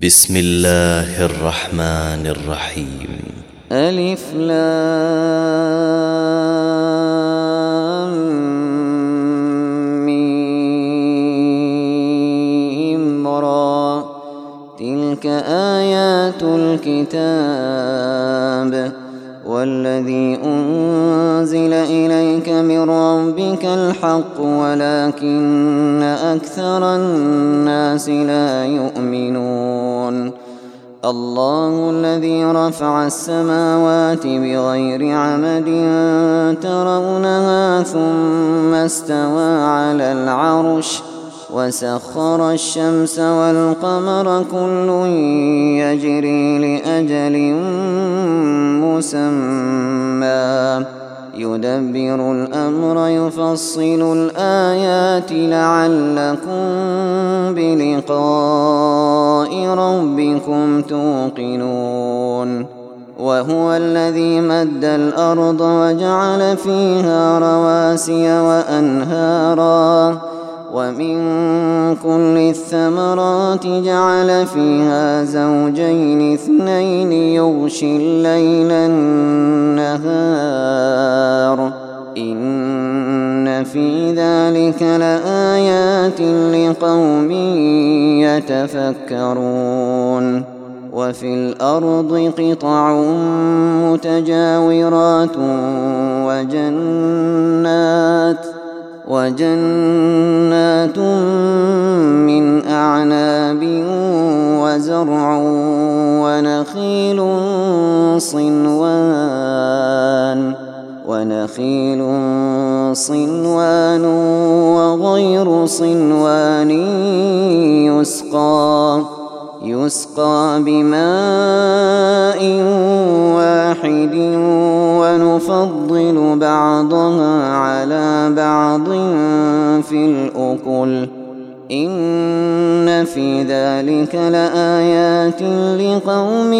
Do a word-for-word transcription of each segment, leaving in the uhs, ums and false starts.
بسم الله الرحمن الرحيم. ألف لام ميم را. تلك آيات الكتاب والذي أنزل إليك من ربك الحق ولكن أكثر الناس لا يؤمنون. الله الذي رفع السماوات بغير عمد ترونها ثم استوى على العرش وسخر الشمس والقمر كل يجري لأجل مسمى يدبر الأمر يفصل الآيات لعلكم بلقاء ربكم توقنون. وهو الذي مد الأرض وجعل فيها رواسي وأنهارا ومن كل الثمرات جعل فيها زوجين اثنين يغشي الليل النهار إن في ذلك لآيات لقوم يتفكرون. وفي الأرض قطع متجاورات وجنات وجنات من أعناب وزرع ونخيل صنوان ونخيل صنوان وغير صنوان يسقى يسقى بماء واحد ونفضل بعضها على بعض في الأكل إن في ذلك لآيات لقوم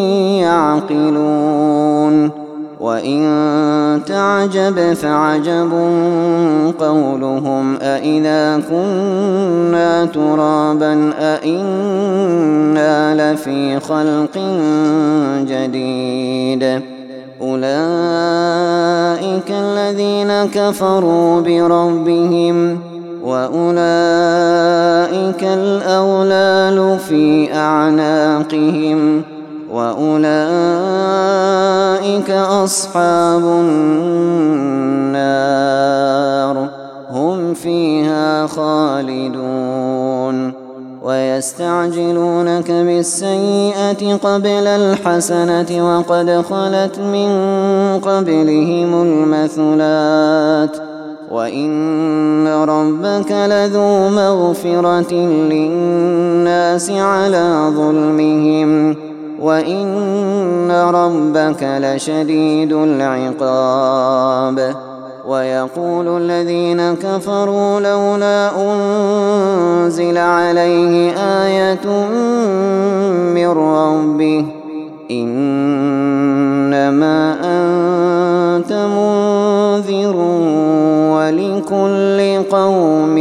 يعقلون. وإن تعجب فعجب قولهم أإذا كنا ترابا أإنا لفي خلق جديد أولئك الذين كفروا بربهم وأولئك الأغلال في أعناقهم وأولئك أصحاب النار هم فيها خالدون. ويستعجلونك بالسيئة قبل الحسنة وقد خلت من قبلهم المثلات وإن ربك لذو مغفرة للناس على ظلمهم وإن ربك لشديد العقاب. ويقول الذين كفروا لولا أنزل عليه آية من ربه إنما أنت منذر ولكل قوم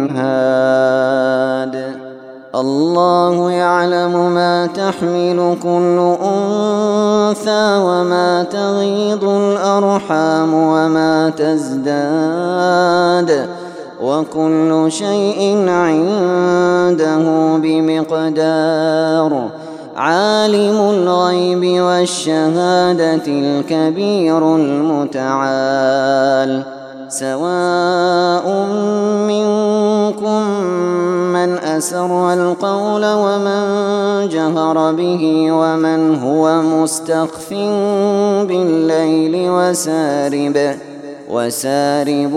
هاد. الله يعلم ما تحمل كل أنثى وما تغيض الأرحام وما تزداد وكل شيء عنده بمقدار. عالم الغيب والشهادة الكبير المتعال. سواء منكم من أسر القول ومن جهر به ومن هو مستخف بالليل وسارب وسارب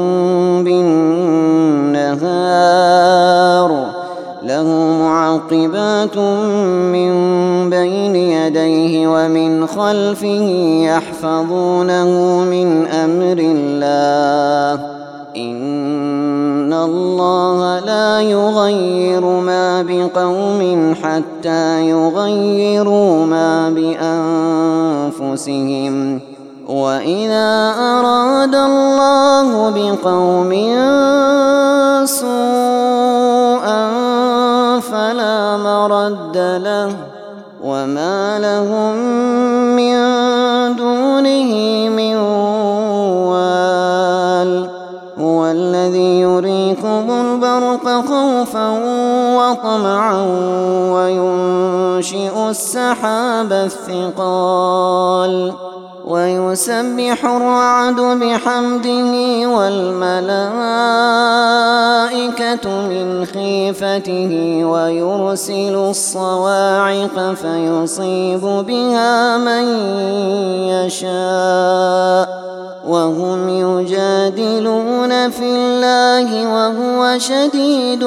بالنهار له معقبات من بين يديه ومن خلفه يحفظونه من أمر الله إن الله لا يغير ما بقوم حتى يغيروا ما بأنفسهم وإذا أراد الله بقوم سوءا فلا مرد له وما لهم من دونه من وال هو الذي يريكم البرق خوفا وطمعا وينشئ السحاب الثقال ويسبح الرعد بحمده والملائكة من خيفته ويرسل الصواعق فيصيب بها من يشاء وهم يجادلون في الله وهو شديد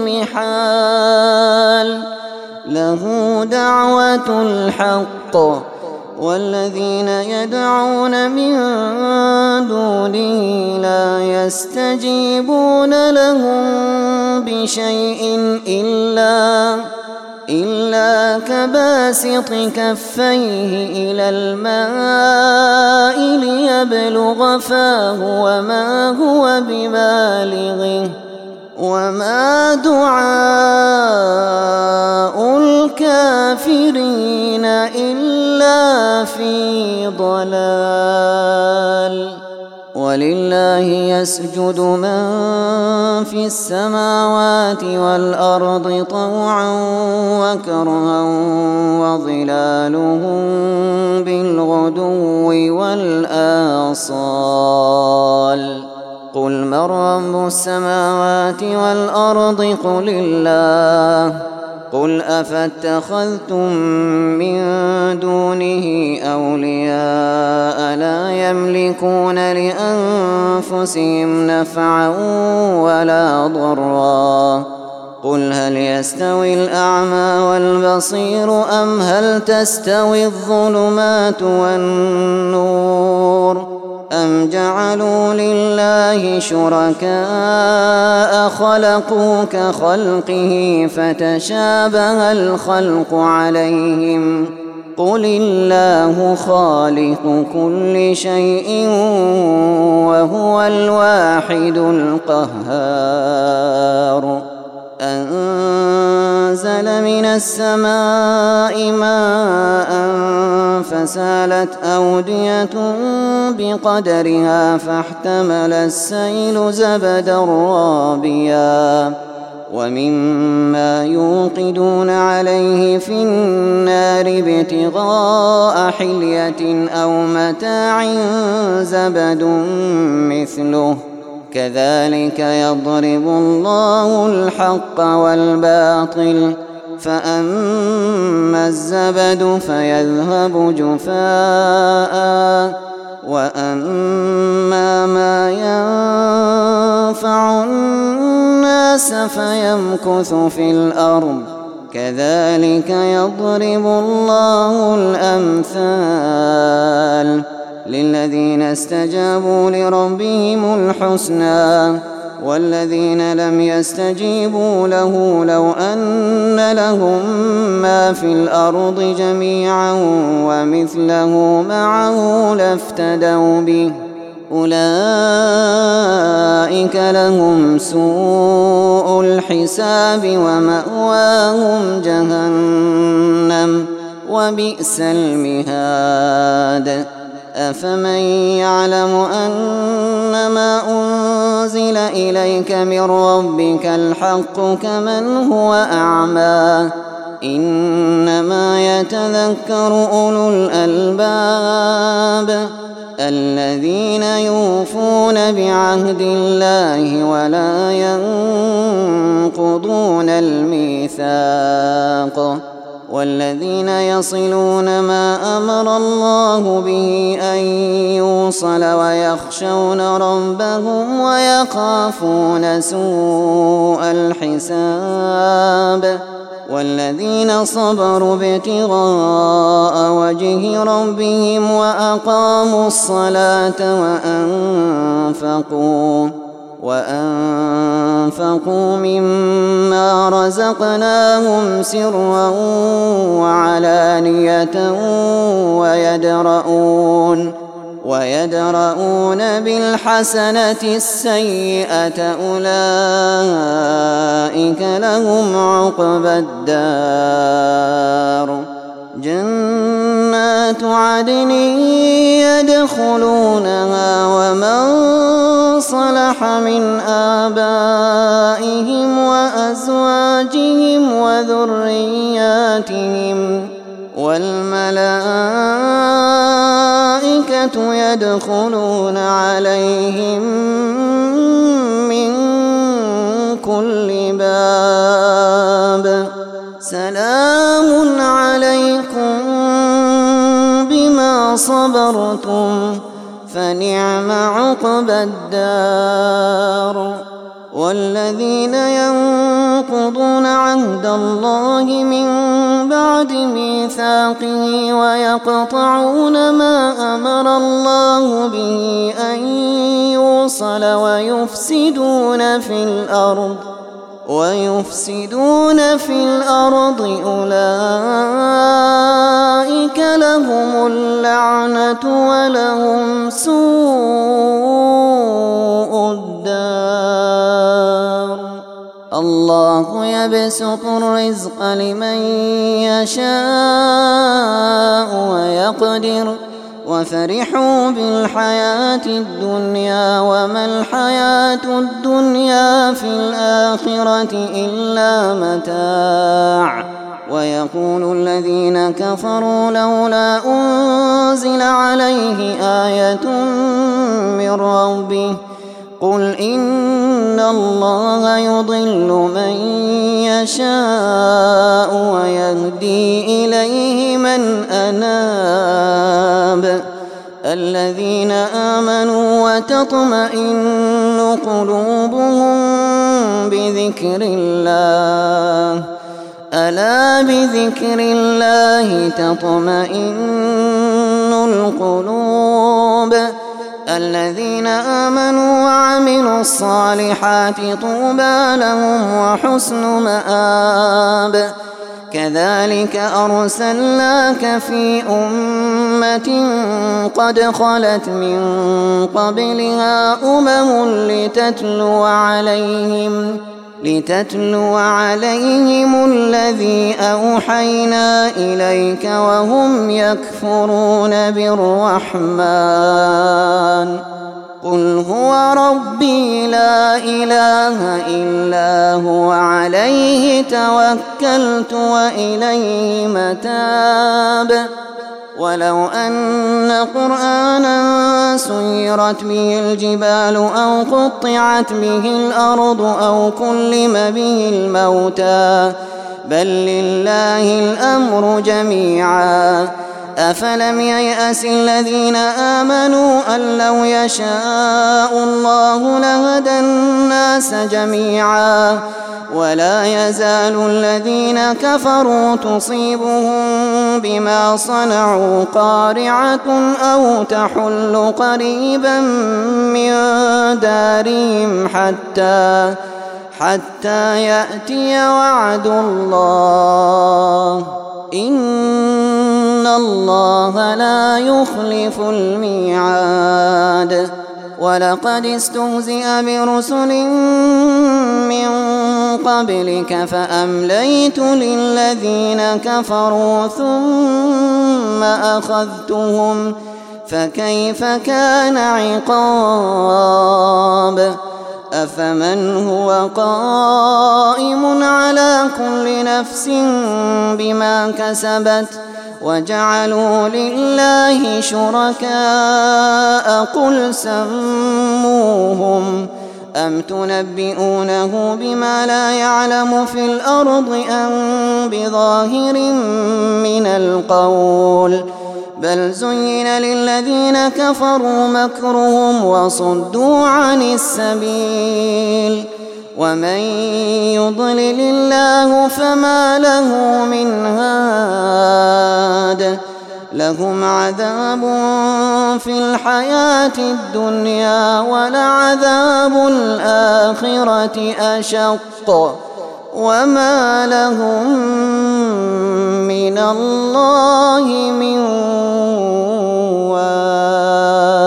المحال له دعوة الحق والذين يدعون من دونه لا يستجيبون لهم بشيء إلا إلا كباسط كفيه إلى الماء ليبلغ فاه وما هو ببالغه وما دعاء الكافرين إلا في ضلال ولله يسجد من في السماوات والأرض طوعا وكرها وظلالهم بالغدو والآصال قل من رب السماوات والأرض قل الله قل أفاتخذتم من دونه أولياء لا يملكون لأنفسهم نفعا ولا ضرا قل هل يستوي الأعمى والبصير أم هل تستوي الظلمات والنور أم جعلوا لله شركاء خلقوا كخلقه فتشابه الخلق عليهم قل الله خالق كل شيء وهو الواحد القهار أنزل من السماء ماء فسالت أودية بقدرها فاحتمل السيل زبدا رابيا ومما يوقدون عليه في النار ابتغاء حلية أو متاع زبد مثله كذلك يضرب الله الحق والباطل فأما الزبد فيذهب جفاء وأما ما ينفع الناس فيمكث في الأرض كذلك يضرب الله الأمثال للذين استجابوا لربهم الحسنى والذين لم يستجيبوا له لو أن لهم ما في الأرض جميعا ومثله معه لافتدوا به أولئك لهم سوء الحساب ومأواهم جهنم وبئس المهاد أفمن يعلم أنما أنزل إليك من ربك الحق كمن هو أعمى إنما يتذكر أولو الألباب الذين يوفون بعهد الله ولا ينقضون الميثاق والذين يصلون ما أمر الله به أن يوصل ويخشون ربهم ويخافون سوء الحساب والذين صبروا ابتغاء وجه ربهم وأقاموا الصلاة وأنفقوا وأنفقوا مما رزقناهم سرا وعلانية ويدرؤون ويدرؤون بالحسنة السيئة أولئك لهم عقبى الدار جنات عدن يدخلونها ومن صلح من آبائهم وأزواجهم وذرياتهم والملائكة يدخلون عليهم من كل باب سلام عليكم بما صبرتم فنعم عقبى الدار والذين ينقضون عهد الله من بعد ميثاقه ويقطعون ما أمر الله به أن يوصل ويفسدون في الأرض ويفسدون في الأرض أولئك لهم اللعنة ولهم سوء الدار الله يبسط الرزق لمن يشاء ويقدر وفرحوا بالحياة الدنيا وما الحياة الدنيا في الآخرة إلا متاع ويقول الذين كفروا لولا أنزل عليه آية من ربه قل إن الله يضل من يشاء ويهدي إليه من أناب الذين آمنوا وتطمئن قلوبهم بذكر الله ألا بذكر الله تطمئن القلوب الذين آمنوا وعملوا الصالحات طوبى لهم وحسن مآب كذلك أرسلناك في أمة قد خلت من قبلها أمم لتتلو عليهم لتتلو عليهم الذي أوحينا إليك وهم يكفرون بالرحمن قل هو ربي لا إله إلا هو عليه توكلت وإليه متاب ولو أن قرآنا سيرت به الجبال أو قطعت به الأرض أو كلم به الموتى بل لله الأمر جميعا أفلم ييأس الذين آمنوا أن لو يشاء الله لهدى الناس جميعا ولا يزال الذين كفروا تصيبهم بما صنعوا قارعة أو تحل قريبا من دارهم حتى حتى يأتي وعد الله إن الله لا يخلف الميعاد ولقد استهزئ برسل من قبلك فأمليت للذين كفروا ثم أخذتهم فكيف كان عقاب أفمن هو قائم على كل نفس بما كسبت وجعلوا لله شركاء قل سموهم أم تنبئونه بما لا يعلم في الأرض أم بظاهر من القول بل زين للذين كفروا مكرهم وصدوا عن السبيل ومن يضلل الله فما له من هاد لهم عذاب في الحياة الدنيا ولعذاب الآخرة أشق وما لهم من الله من واق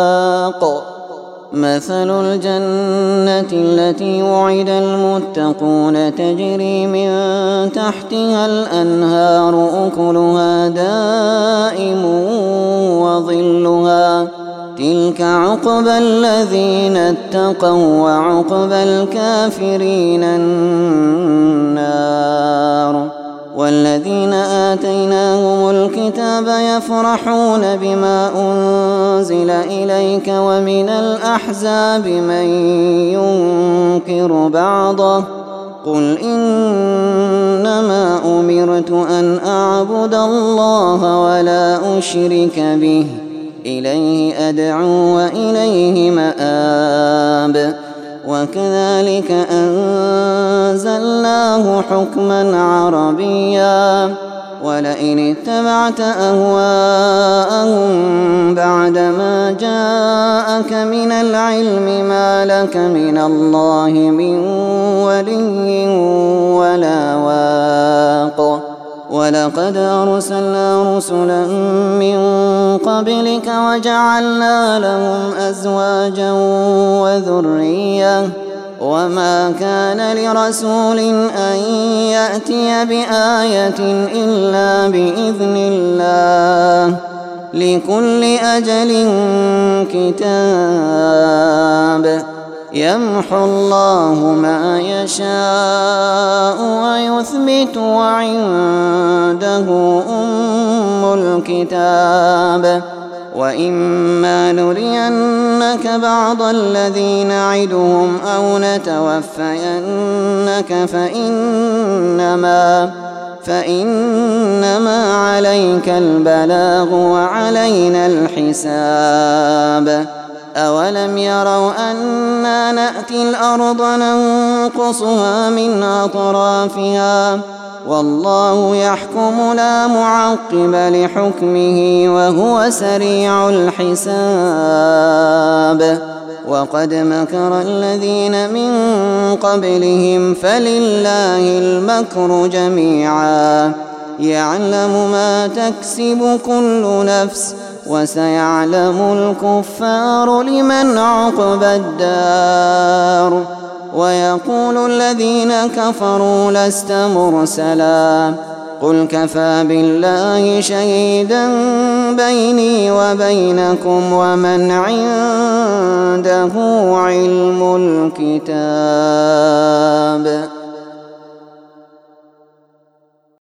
مثل الجنة التي وعد المتقون تجري من تحتها الأنهار أكلها دائم وظلها تلك عقبى الذين اتقوا وعقبى الكافرين النار. والذين آتيناهم الكتاب يفرحون بما أنزل إليك ومن الأحزاب من ينكر بعضه قل إنما أمرت أن أعبد الله ولا أشرك به إليه أدعو وإليه مآب. وكذلك أنزلناه حكما عربيا ولئن اتبعت أهواءهم بعدما جاءك من العلم ما لك من الله من ولي ولا واق. ولقد أرسلنا رسلا من قبلك وجعلنا لهم أزواجا وذرية وما كان لرسول أن يأتي بآية إلا بإذن الله لكل أجل كتاب يمحو الله ما يشاء ويثبت وعنده أم الكتاب. وإما نرينك بعض الذي نعدهم أو نتوفينك فإنما فإنما عليك البلاغ وعلينا الحساب. أولم يروا أنا نأتي الأرض ننقصها من أطرافها والله يحكم لا معقب لحكمه وهو سريع الحساب. وقد مكر الذين من قبلهم فلله المكر جميعا يعلم ما تكسب كل نفس وسيعلم الكفار لمن عقبى الدار. ويقول الذين كفروا لست مرسلا قل كفى بالله شهيدا بيني وبينكم ومن عنده علم الكتاب.